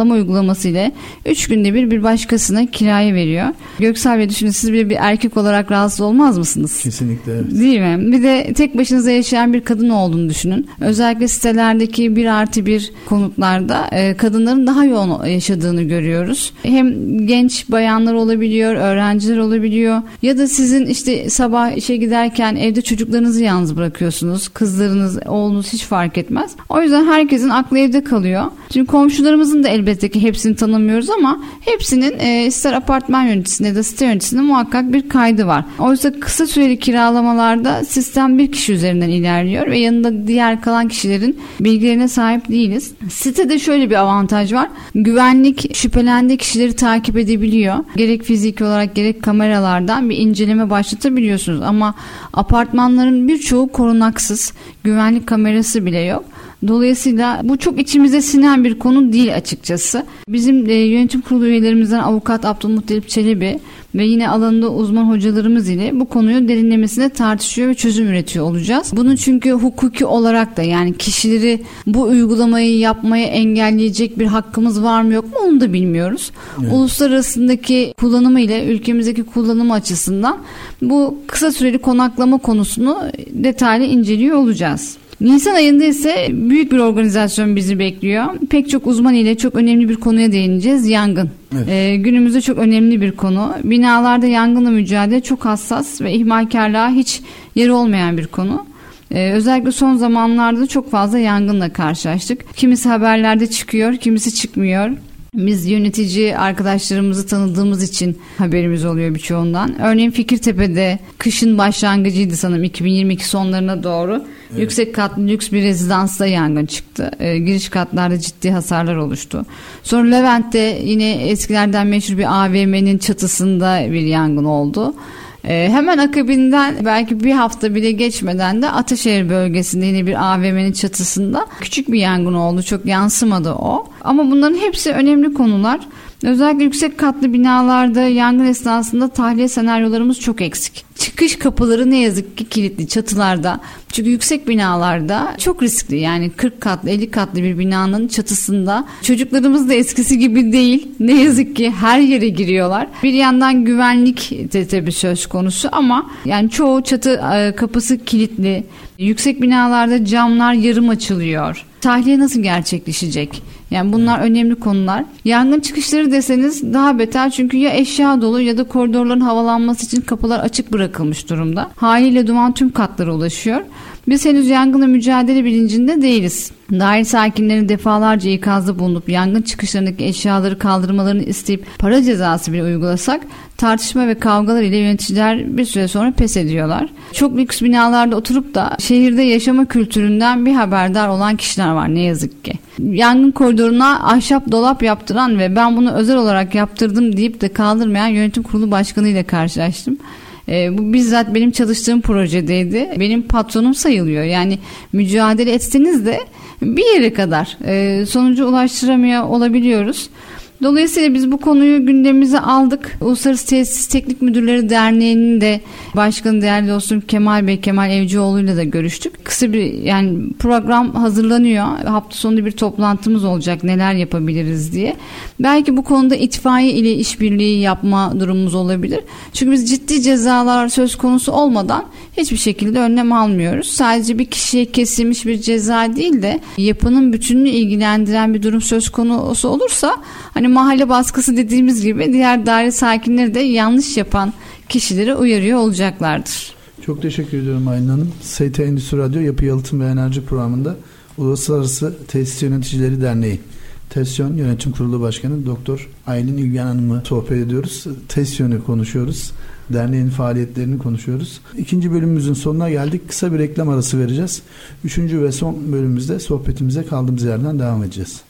kiralama uygulaması ile üç günde bir bir başkasına kiraya veriyor. Göksel Bey, düşünün, siz bir, bir erkek olarak rahatsız olmaz mısınız? Kesinlikle evet. Değil mi? Bir de tek başınıza yaşayan bir kadın olduğunu düşünün. Özellikle sitelerdeki bir artı bir konutlarda e, kadınların daha yoğun yaşadığını görüyoruz. Hem genç bayanlar olabiliyor, öğrenciler olabiliyor ya da sizin işte sabah işe giderken evde çocuklarınızı yalnız bırakıyorsunuz. Kızlarınız, oğlunuz hiç fark etmez. O yüzden herkesin aklı evde kalıyor. Şimdi komşularımızın da elbette ki hepsini tanımıyoruz ama hepsinin e, ister apartman yöneticisinde ya da site yöneticisinde muhakkak bir kaydı var. Oysa kısa süreli kiralamalarda sistem bir kişi üzerinden ilerliyor ve yanında diğer kalan kişilerin bilgilerine sahip değiliz. Sitede şöyle bir avantaj var. Güvenlik şüphelendiği kişileri takip edebiliyor. Gerek fiziki olarak gerek kameralardan bir inceleme başlatabiliyorsunuz. Ama apartmanların birçoğu korunaksız. Güvenlik kamerası bile yok. Dolayısıyla bu çok içimize sinen bir konu değil açıkçası. Bizim e, yönetim kurulu üyelerimizden Avukat Abdülmuttalip Çelebi ve yine alanında uzman hocalarımız ile bu konuyu derinlemesine tartışıyor ve çözüm üretiyor olacağız. Bunun çünkü hukuki olarak da, yani kişileri bu uygulamayı yapmaya engelleyecek bir hakkımız var mı yok mu onu da bilmiyoruz. Evet. Uluslararasındaki kullanımı ile ülkemizdeki kullanımı açısından bu kısa süreli konaklama konusunu detaylı inceliyor olacağız. Nisan ayında ise büyük bir organizasyon bizi bekliyor. Pek çok uzman ile çok önemli bir konuya değineceğiz. Yangın. Evet. Ee, günümüzde çok önemli bir konu. Binalarda yangınla mücadele çok hassas ve ihmalkarlığa hiç yeri olmayan bir konu. Ee, özellikle son zamanlarda çok fazla yangınla karşılaştık. Kimisi haberlerde çıkıyor, kimisi çıkmıyor. Biz yönetici arkadaşlarımızı tanıdığımız için haberimiz oluyor birçoğundan. Örneğin Fikirtepe'de kışın başlangıcıydı sanırım, iki bin yirmi iki sonlarına doğru. Evet. Yüksek katlı lüks bir rezidansta yangın çıktı. E, giriş katlarda ciddi hasarlar oluştu. Sonra Levent'te yine eskilerden meşhur bir A V M'nin çatısında bir yangın oldu. Ee, hemen akabinden belki bir hafta bile geçmeden de Ataşehir bölgesinde yine bir A V M'nin çatısında küçük bir yangın oldu. Çok yansımadı o. Ama bunların hepsi önemli konular. Özellikle yüksek katlı binalarda yangın esnasında tahliye senaryolarımız çok eksik. Çıkış kapıları ne yazık ki kilitli çatılarda. Çünkü yüksek binalarda çok riskli. Yani kırk katlı elli katlı bir binanın çatısında çocuklarımız da eskisi gibi değil. Ne yazık ki her yere giriyorlar. Bir yandan güvenlik de tabii söz konusu ama yani çoğu çatı kapısı kilitli. Yüksek binalarda camlar yarım açılıyor. Tahliye nasıl gerçekleşecek? Yani bunlar önemli konular. Yangın çıkışları deseniz daha beter, çünkü ya eşya dolu ya da koridorların havalanması için kapılar açık bırakılmış durumda. Haliyle duman tüm katlara ulaşıyor. Biz henüz yangınla mücadele bilincinde değiliz. Daire sakinlerinin defalarca ikazda bulunup yangın çıkışlarındaki eşyaları kaldırmalarını isteyip para cezası bile uygulasak tartışma ve kavgalar ile yöneticiler bir süre sonra pes ediyorlar. Çok lüks binalarda oturup da şehirde yaşama kültüründen bir haberdar olan kişiler var ne yazık ki. Yangın koridoruna ahşap dolap yaptıran ve ben bunu özel olarak yaptırdım deyip de kaldırmayan yönetim kurulu başkanı ile karşılaştım. E, bu bizzat benim çalıştığım projedeydi. Benim patronum sayılıyor. Yani mücadele etseniz de bir yere kadar e, sonucu ulaştıramıyor olabiliyoruz. Dolayısıyla biz bu konuyu gündemimize aldık. Uluslararası Tesis Teknik Müdürleri Derneği'nin de başkanı değerli dostum Kemal Bey, Kemal Evcioğlu'yla da görüştük. Kısa bir yani program hazırlanıyor. Hafta sonunda bir toplantımız olacak, neler yapabiliriz diye. Belki bu konuda itfaiye ile işbirliği yapma durumumuz olabilir. Çünkü biz ciddi cezalar söz konusu olmadan hiçbir şekilde önlem almıyoruz. Sadece bir kişiye kesilmiş bir ceza değil de yapının bütününü ilgilendiren bir durum söz konusu olursa hani mahalle baskısı dediğimiz gibi diğer daire sakinleri de yanlış yapan kişileri uyarıyor olacaklardır. Çok teşekkür ediyorum Aylin Hanım. S T Endüstri Radyo Yapı Yalıtım ve Enerji Programı'nda Uluslararası Tesis Yöneticileri Derneği TESYON Yönetim Kurulu Başkanı Doktor Aylin İlgen Hanım'ı sohbet ediyoruz. TESYON'u konuşuyoruz. Derneğin faaliyetlerini konuşuyoruz. İkinci bölümümüzün sonuna geldik. Kısa bir reklam arası vereceğiz. Üçüncü ve son bölümümüzde sohbetimize kaldığımız yerden devam edeceğiz.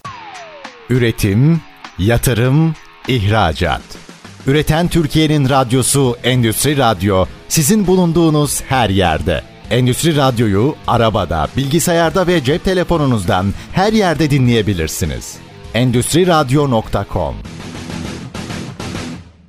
Üretim, yatırım, ihracat. Üreten Türkiye'nin radyosu Endüstri Radyo, sizin bulunduğunuz her yerde. Endüstri Radyo'yu arabada, bilgisayarda ve cep telefonunuzdan her yerde dinleyebilirsiniz. endüstri radyo nokta com.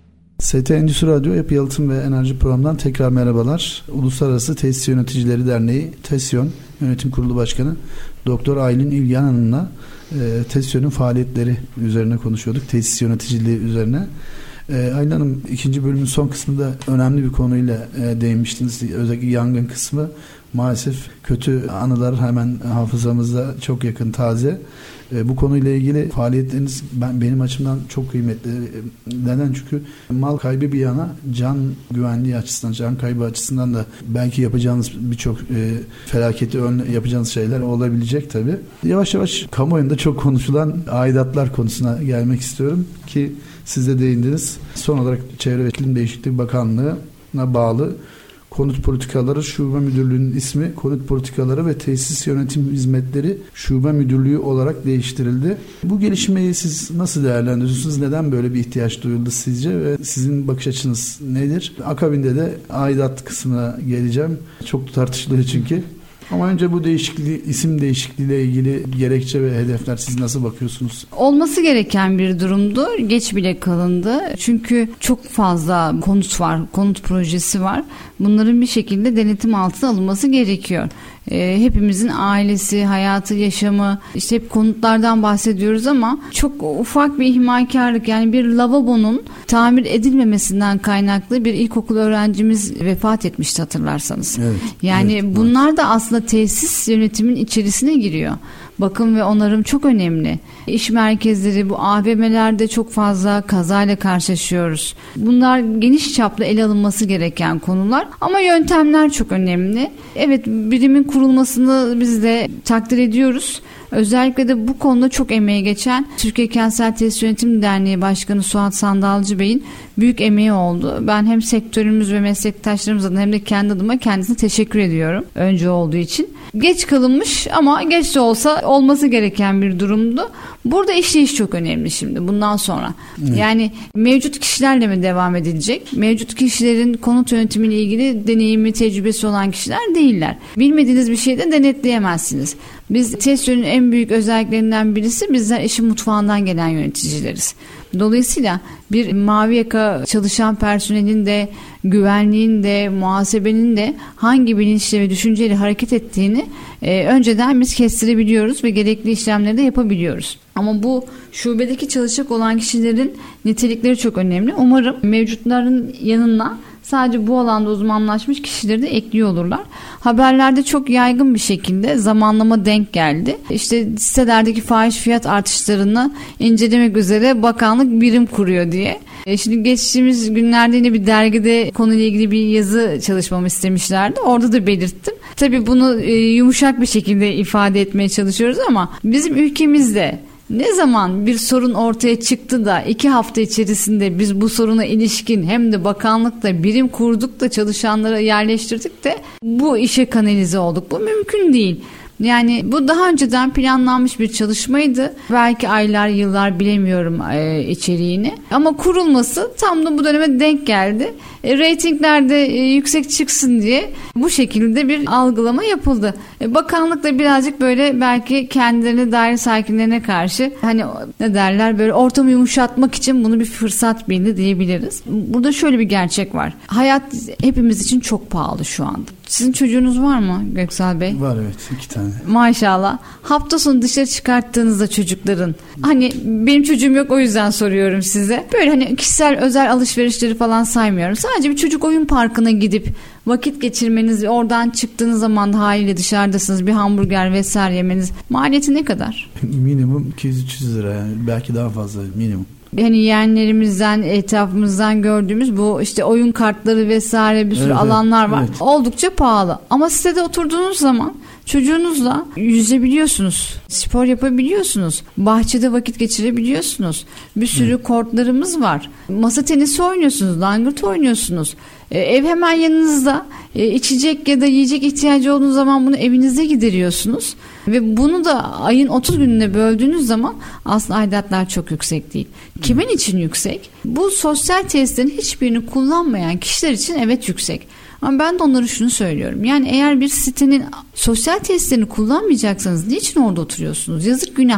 S T Endüstri Radyo Yapı Yalıtım ve Enerji Programı'ndan tekrar merhabalar. Uluslararası Tesis Yöneticileri Derneği TESYON Yönetim Kurulu Başkanı Doktor Aylin İlgen Hanım'la e, TESYON'un faaliyetleri üzerine konuşuyorduk. Tesis yöneticiliği üzerine. E, Aylin Hanım, ikinci bölümün son kısmında önemli bir konuyla e, değinmiştiniz. Özellikle yangın kısmı. Maalesef kötü anılar hemen hafızamızda çok yakın, taze. E, bu konuyla ilgili faaliyetleriniz ben, benim açımdan çok kıymetli. Neden? Çünkü mal kaybı bir yana, can güvenliği açısından, can kaybı açısından da belki yapacağınız birçok e, felaketi ön, yapacağınız şeyler olabilecek tabii. Yavaş yavaş kamuoyunda çok konuşulan aidatlar konusuna gelmek istiyorum ki siz de değindiniz. Son olarak Çevre ve İklim Değişikliği Bakanlığı'na bağlı Konut Politikaları Şube Müdürlüğü'nün ismi Konut Politikaları ve Tesis Yönetim Hizmetleri Şube Müdürlüğü olarak değiştirildi. Bu gelişmeyi siz nasıl değerlendiriyorsunuz? Neden böyle bir ihtiyaç duyuldu sizce ve sizin bakış açınız nedir? Akabinde de aidat kısmına geleceğim. Çok tartışılıyor çünkü. Ama önce bu değişikliği, isim değişikliğiyle ilgili gerekçe ve hedefler, siz nasıl bakıyorsunuz? Olması gereken bir durumdu. Geç bile kalındı. Çünkü çok fazla konut var, konut projesi var. Bunların bir şekilde denetim altına alınması gerekiyor. E, hepimizin ailesi, hayatı, yaşamı, işte hep konutlardan bahsediyoruz ama çok ufak bir ihmalkarlık, yani bir lavabonun tamir edilmemesinden kaynaklı bir ilkokul öğrencimiz vefat etmişti, hatırlarsanız. Evet, yani evet, bunlar evet. da aslında tesis yönetimin içerisine giriyor. Bakım ve onarım çok önemli. İş merkezleri, bu A V M'lerde çok fazla kazayla karşılaşıyoruz. Bunlar geniş çaplı ele alınması gereken konular ama yöntemler çok önemli. Evet, birimin kurulmasını biz de takdir ediyoruz. Özellikle de bu konuda çok emeği geçen Türkiye Kentsel Tesis Yönetim Derneği Başkanı Suat Sandalcı Bey'in büyük emeği oldu. Ben hem sektörümüz ve meslektaşlarımız adına hem de kendi adıma kendisine teşekkür ediyorum önce olduğu için. Geç kalınmış ama geç de olsa olması gereken bir durumdu. Burada işleyiş çok önemli şimdi bundan sonra. Evet. Yani mevcut kişilerle mi devam edilecek? Mevcut kişilerin konut yönetimiyle ilgili deneyimi, tecrübesi olan kişiler değiller. Bilmediğiniz bir şeyi de denetleyemezsiniz. Biz TESYON'un en büyük özelliklerinden birisi, bizler işin mutfağından gelen yöneticileriz. Dolayısıyla bir mavi yaka çalışan personelin de, güvenliğin de, muhasebenin de hangi bilinçle ve düşünceyle hareket ettiğini e, önceden biz kestirebiliyoruz ve gerekli işlemleri de yapabiliyoruz. Ama bu şubedeki çalışacak olan kişilerin nitelikleri çok önemli. Umarım mevcutların yanına sadece bu alanda uzmanlaşmış kişileri de ekliyor olurlar. Haberlerde çok yaygın bir şekilde zamanlama denk geldi. İşte sitelerdeki fahiş fiyat artışlarını incelemek üzere bakanlık birim kuruyor diye. E şimdi geçtiğimiz günlerde yine bir dergide konuyla ilgili bir yazı çalışmamı istemişlerdi. Orada da belirttim. Tabii bunu e, yumuşak bir şekilde ifade etmeye çalışıyoruz ama bizim ülkemizde ne zaman bir sorun ortaya çıktı da iki hafta içerisinde biz bu soruna ilişkin hem de bakanlıkta birim kurduk da çalışanları yerleştirdik de bu işe kanalize olduk. Bu mümkün değil. Yani bu daha önceden planlanmış bir çalışmaydı. Belki aylar, yıllar bilemiyorum e, içeriğini. Ama kurulması tam da bu döneme denk geldi. E, reytinglerde e, yüksek çıksın diye bu şekilde bir algılama yapıldı. E, bakanlık da birazcık böyle belki kendilerine dair sakinlerine karşı hani ne derler böyle ortamı yumuşatmak için bunu bir fırsat bildi diyebiliriz. Burada şöyle bir gerçek var. Hayat hepimiz için çok pahalı şu anda. Sizin çocuğunuz var mı Göksel Bey? Var, evet, iki tane. Maşallah. Hafta sonu dışarı çıkarttığınızda çocukların, hani benim çocuğum yok o yüzden soruyorum size. Böyle hani kişisel özel alışverişleri falan saymıyorum. Sadece bir çocuk oyun parkına gidip vakit geçirmeniz ve oradan çıktığınız zaman da haliyle dışarıdasınız, bir hamburger vesaire yemeniz maliyeti ne kadar? Minimum iki yüz üç yüz lira, yani belki daha fazla minimum. Hani yeğenlerimizden, etrafımızdan gördüğümüz bu işte oyun kartları vesaire bir sürü evet, alanlar var. Evet. Oldukça pahalı. Ama sitede oturduğunuz zaman çocuğunuzla yüzebiliyorsunuz, spor yapabiliyorsunuz, bahçede vakit geçirebiliyorsunuz. Bir sürü evet. kortlarımız var. Masa tenisi oynuyorsunuz, langırt oynuyorsunuz. Ee, ev hemen yanınızda. Ee, içecek ya da yiyecek ihtiyacı olduğu zaman bunu evinizde gideriyorsunuz. Ve bunu da ayın otuz gününe böldüğünüz zaman aslında aidatlar çok yüksek değil. Kimin için yüksek? Bu sosyal tesislerin hiçbirini kullanmayan kişiler için evet yüksek. Ama ben de onlara şunu söylüyorum. Yani eğer bir sitenin sosyal tesislerini kullanmayacaksanız niçin orada oturuyorsunuz? Yazık, günah.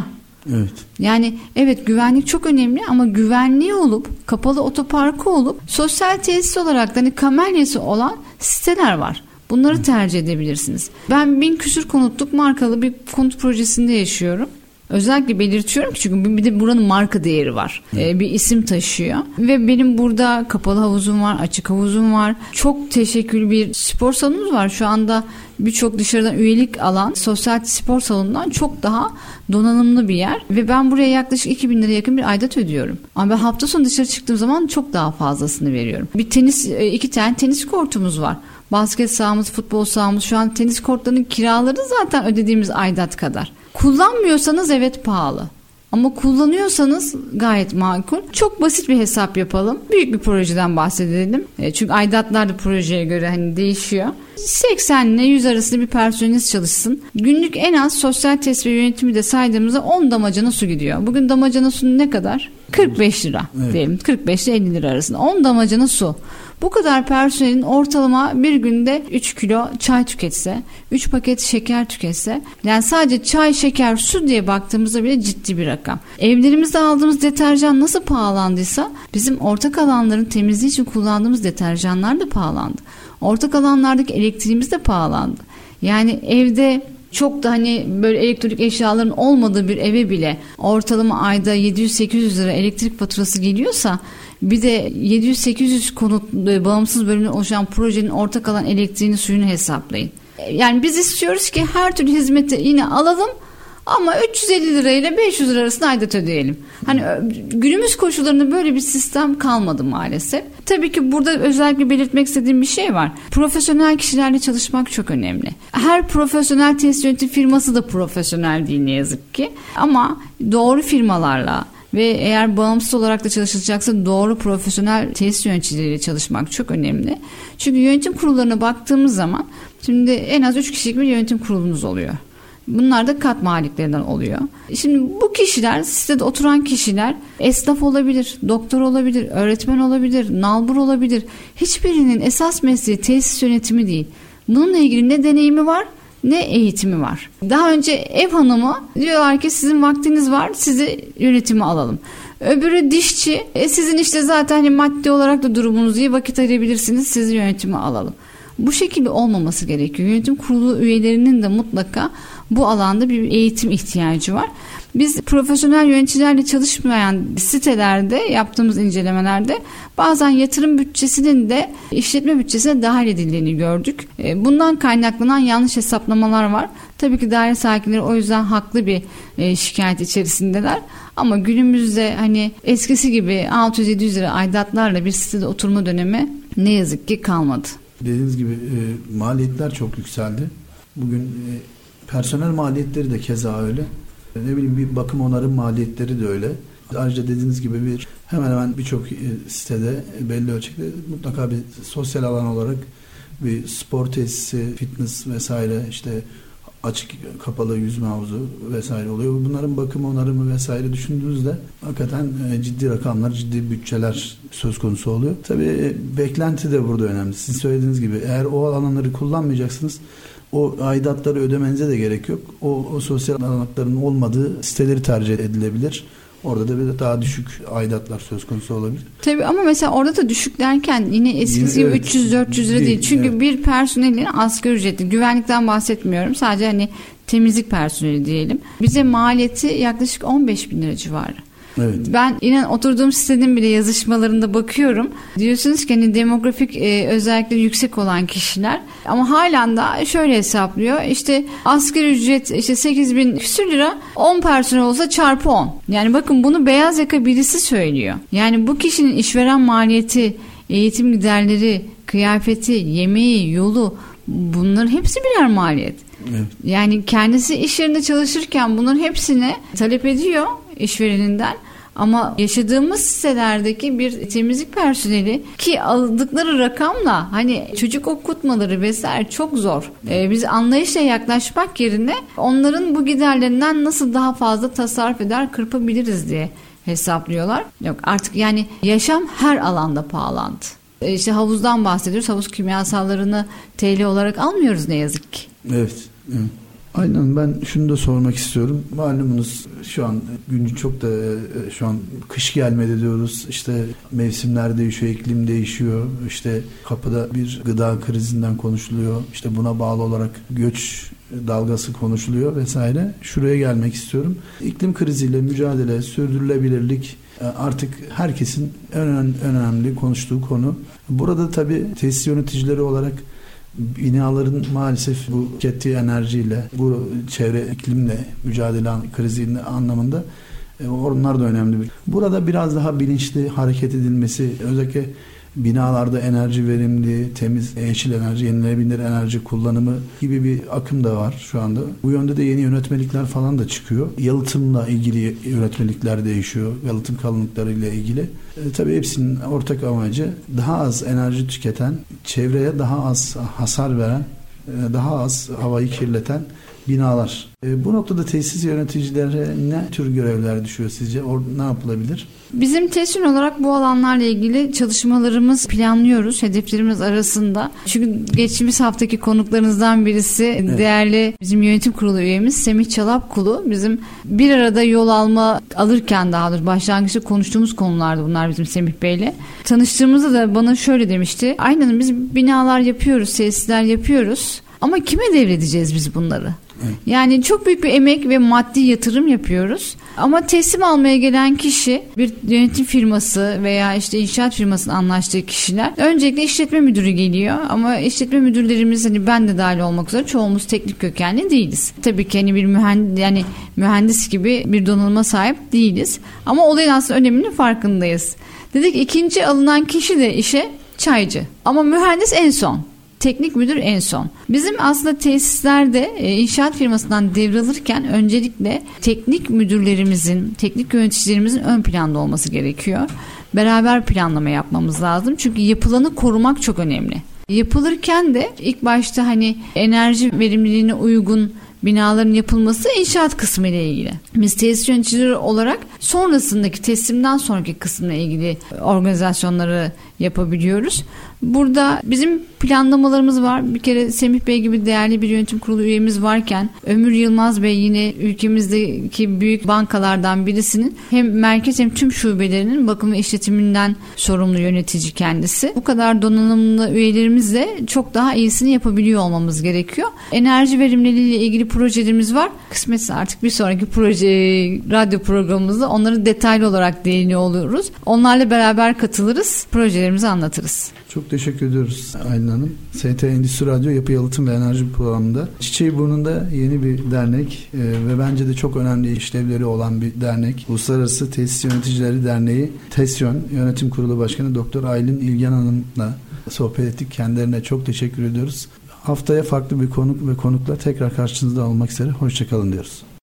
Evet. Yani evet, güvenlik çok önemli ama güvenliği olup kapalı otoparkı olup sosyal tesis olarak da hani kamelyası olan siteler var. Bunları tercih edebilirsiniz. Ben bin küsür konutluk markalı bir konut projesinde yaşıyorum. Özellikle belirtiyorum ki çünkü bir de buranın marka değeri var. Ee, bir isim taşıyor. Ve benim burada kapalı havuzum var, açık havuzum var. Çok teşekküllü bir spor salonumuz var. Şu anda birçok dışarıdan üyelik alan sosyal spor salonundan çok daha donanımlı bir yer. Ve ben buraya yaklaşık iki bin lira yakın bir aidat ödüyorum. Ama ben hafta sonu dışarı çıktığım zaman çok daha fazlasını veriyorum. Bir tenis, iki tane tenis kortumuz var. Basket sahamız, futbol sahamız, şu an tenis kortlarının kiraları zaten ödediğimiz aidat kadar. Kullanmıyorsanız evet pahalı. Ama kullanıyorsanız gayet makul. Çok basit bir hesap yapalım. Büyük bir projeden bahsedelim. E, çünkü aidatlar da projeye göre hani değişiyor. seksen ile yüz arasında bir personeliniz çalışsın. Günlük en az sosyal tesis ve yönetimi de saydığımızda on damacana su gidiyor. Bugün damacana su ne kadar? kırk beş lira evet. diyelim. kırk beş ile elli lira arasında. on damacana su. Bu kadar personelin ortalama bir günde üç kilo çay tüketse, üç paket şeker tüketse, yani sadece çay, şeker, su diye baktığımızda bile ciddi bir rakam. Evlerimizde aldığımız deterjan nasıl pahalandıysa bizim ortak alanların temizliği için kullandığımız deterjanlar da pahalandı. Ortak alanlardaki elektriğimiz de pahalandı. Yani evde çok da hani böyle elektronik eşyaların olmadığı bir eve bile ortalama ayda yedi yüz sekiz yüz lira elektrik faturası geliyorsa, bir de yedi yüz sekiz yüz konut bağımsız bölümünden oluşan projenin ortak alan elektriğini, suyunu hesaplayın. Yani biz istiyoruz ki her türlü hizmeti yine alalım ama üç yüz elli lirayla beş yüz lira arasında aidat ödeyelim. Hani günümüz koşullarında böyle bir sistem kalmadı maalesef. Tabii ki burada özellikle belirtmek istediğim bir şey var. Profesyonel kişilerle çalışmak çok önemli. Her profesyonel tesis yönetim firması da profesyonel değil ne yazık ki. Ama doğru firmalarla ve eğer bağımsız olarak da çalışılacaksa doğru profesyonel tesis yöneticileriyle çalışmak çok önemli. Çünkü yönetim kurullarına baktığımız zaman şimdi en az üç kişilik bir yönetim kurulunuz oluyor. Bunlar da kat maliklerinden oluyor. Şimdi bu kişiler, sitede oturan kişiler esnaf olabilir, doktor olabilir, öğretmen olabilir, nalbur olabilir. Hiçbirinin esas mesleği tesis yönetimi değil. Bununla ilgili ne deneyimi var ne eğitimi var. Daha önce ev hanımı diyorlar ki sizin vaktiniz var, sizi yönetime alalım. Öbürü dişçi, e sizin işte zaten hani maddi olarak da durumunuz iyi, vakit ayırabilirsiniz, sizi yönetime alalım. Bu şekilde olmaması gerekiyor. Yönetim kurulu üyelerinin de mutlaka bu alanda bir eğitim ihtiyacı var. Biz profesyonel yöneticilerle çalışmayan sitelerde yaptığımız incelemelerde bazen yatırım bütçesinin de işletme bütçesine dahil edildiğini gördük. Bundan kaynaklanan yanlış hesaplamalar var. Tabii ki daire sakinleri o yüzden haklı bir şikayet içerisindeler. Ama günümüzde hani eskisi gibi altı yüz yedi yüz lira aidatlarla bir sitede oturma dönemi ne yazık ki kalmadı. Dediğiniz gibi e, maliyetler çok yükseldi. Bugün e, personel maliyetleri de keza öyle. E, ne bileyim bir bakım onarım maliyetleri de öyle. Ayrıca dediğiniz gibi bir hemen hemen birçok e, sitede e, belli ölçekte mutlaka bir sosyal alan olarak bir spor tesisi, fitness vesaire, işte açık kapalı yüzme havuzu vesaire oluyor. Bunların bakım onarımı vesaire düşündüğünüzde hakikaten e, ciddi rakamlar, ciddi bütçeler söz konusu oluyor. Tabii e, beklenti de burada önemli. Sizin söylediğiniz gibi eğer o alanları kullanmayacaksınız, o aidatları ödemenize de gerek yok. O, o sosyal alanların olmadığı siteleri tercih edilebilir. Orada da bir daha düşük aidatlar söz konusu olabilir. Tabii ama mesela orada da düşük derken yine eskisi gibi evet, üç yüz dört yüz lira değil. değil. Çünkü evet. Bir personelin asgari ücreti, güvenlikten bahsetmiyorum. Sadece hani temizlik personeli diyelim. Bize maliyeti yaklaşık on beş bin lira civarı. Evet. Ben inan oturduğum sitenin bile yazışmalarında bakıyorum. Diyorsunuz ki hani demografik e, özellikleri yüksek olan kişiler ama halen da şöyle hesaplıyor. İşte asgari ücret işte sekiz bin küsür lira, on personel olsa çarpı on. Yani bakın bunu beyaz yaka birisi söylüyor. Yani bu kişinin işveren maliyeti, eğitim giderleri, kıyafeti, yemeği, yolu, bunların hepsi birer maliyet. Evet. Yani kendisi iş yerinde çalışırken bunların hepsini talep ediyor işvereninden. Ama yaşadığımız sitelerdeki bir temizlik personeli ki aldıkları rakamla hani çocuk okutmaları vesaire çok zor. Ee, biz anlayışla yaklaşmak yerine onların bu giderlerinden nasıl daha fazla tasarruf eder, kırpabiliriz diye hesaplıyorlar. Yok artık yani yaşam her alanda pahalandı. Ee, işte havuzdan bahsediyoruz. Havuz kimyasallarını T L olarak almıyoruz ne yazık ki. Evet. Evet. Aynen, ben şunu da sormak istiyorum. Malumunuz şu an gün çok da şu an kış gelmedi diyoruz. İşte mevsimler değişiyor, iklim değişiyor. İşte kapıda bir gıda krizinden konuşuluyor. İşte buna bağlı olarak göç dalgası konuşuluyor vesaire. Şuraya gelmek istiyorum. İklim kriziyle mücadele, sürdürülebilirlik artık herkesin en önemli konuştuğu konu. Burada tabii tesis yöneticileri olarak binaların maalesef bu tükettiği enerjiyle, bu çevre iklimle mücadele krizi anlamında onlar da önemli. Burada biraz daha bilinçli hareket edilmesi, özellikle binalarda enerji verimli, temiz, yeşil enerji, yenilenebilir enerji kullanımı gibi bir akım da var şu anda. Bu yönde de yeni yönetmelikler falan da çıkıyor. Yalıtımla ilgili yönetmelikler değişiyor. Yalıtım kalınlıklarıyla ilgili. E, tabii hepsinin ortak amacı daha az enerji tüketen, çevreye daha az hasar veren, e, daha az havayı kirleten binalar. E, bu noktada tesis yöneticilerine ne tür görevler düşüyor sizce? Or, ne yapılabilir? Bizim TESYON olarak bu alanlarla ilgili çalışmalarımız planlıyoruz. Hedeflerimiz arasında. Çünkü geçtiğimiz haftaki konuklarınızdan birisi evet. Değerli bizim yönetim kurulu üyemiz Semih Çalapkulu. Bizim bir arada yol alma alırken daha doğrusu başlangıçta konuştuğumuz konulardı bunlar bizim Semih Bey'le. Tanıştığımızda da bana şöyle demişti. Aynen biz binalar yapıyoruz, tesisler yapıyoruz. Ama kime devredeceğiz biz bunları? Evet. Yani çok büyük bir emek ve maddi yatırım yapıyoruz. Ama teslim almaya gelen kişi bir yönetim firması veya işte inşaat firmasının anlaştığı kişiler. Öncelikle işletme müdürü geliyor ama işletme müdürlerimiz hani ben de dahil olmak üzere çoğumuz teknik kökenli değiliz. Tabii ki hani bir mühendis yani mühendis gibi bir donanıma sahip değiliz. Ama olayın aslında öneminin farkındayız. Dedik ikinci alınan kişi de işe çaycı. Ama mühendis en son. Teknik müdür en son. Bizim aslında tesislerde inşaat firmasından devralırken öncelikle teknik müdürlerimizin, teknik yöneticilerimizin ön planda olması gerekiyor. Beraber planlama yapmamız lazım. Çünkü yapılanı korumak çok önemli. Yapılırken de ilk başta hani enerji verimliliğine uygun binaların yapılması inşaat kısmı ile ilgili. Biz tesis yöneticileri olarak sonrasındaki teslimden sonraki kısmına ilgili organizasyonları yapabiliyoruz. Burada bizim planlamalarımız var. Bir kere Semih Bey gibi değerli bir yönetim kurulu üyemiz varken Ömür Yılmaz Bey yine ülkemizdeki büyük bankalardan birisinin hem merkez hem tüm şubelerinin bakım ve işletiminden sorumlu yönetici kendisi. Bu kadar donanımlı üyelerimizle çok daha iyisini yapabiliyor olmamız gerekiyor. Enerji verimliliği ile ilgili projelerimiz var. Kısmetse artık bir sonraki proje radyo programımızda onları detaylı olarak değiniyor oluruz. Onlarla beraber katılırız. Projelerimizi anlatırız. Çok teşekkür ediyoruz Aylin Hanım. S T Endüstri Radyo Yapı Yalıtım ve Enerji programında Çiçeğiburnu'nda yeni bir dernek e, ve bence de çok önemli işlevleri olan bir dernek. Uluslararası Tesis Yöneticileri Derneği TESYON Yönetim Kurulu Başkanı Doktor Aylin İlgen Hanım'la sohbet ettik. Kendilerine çok teşekkür ediyoruz. Haftaya farklı bir konuk ve konukla tekrar karşınızda olmak üzere. Hoşça kalın diyoruz.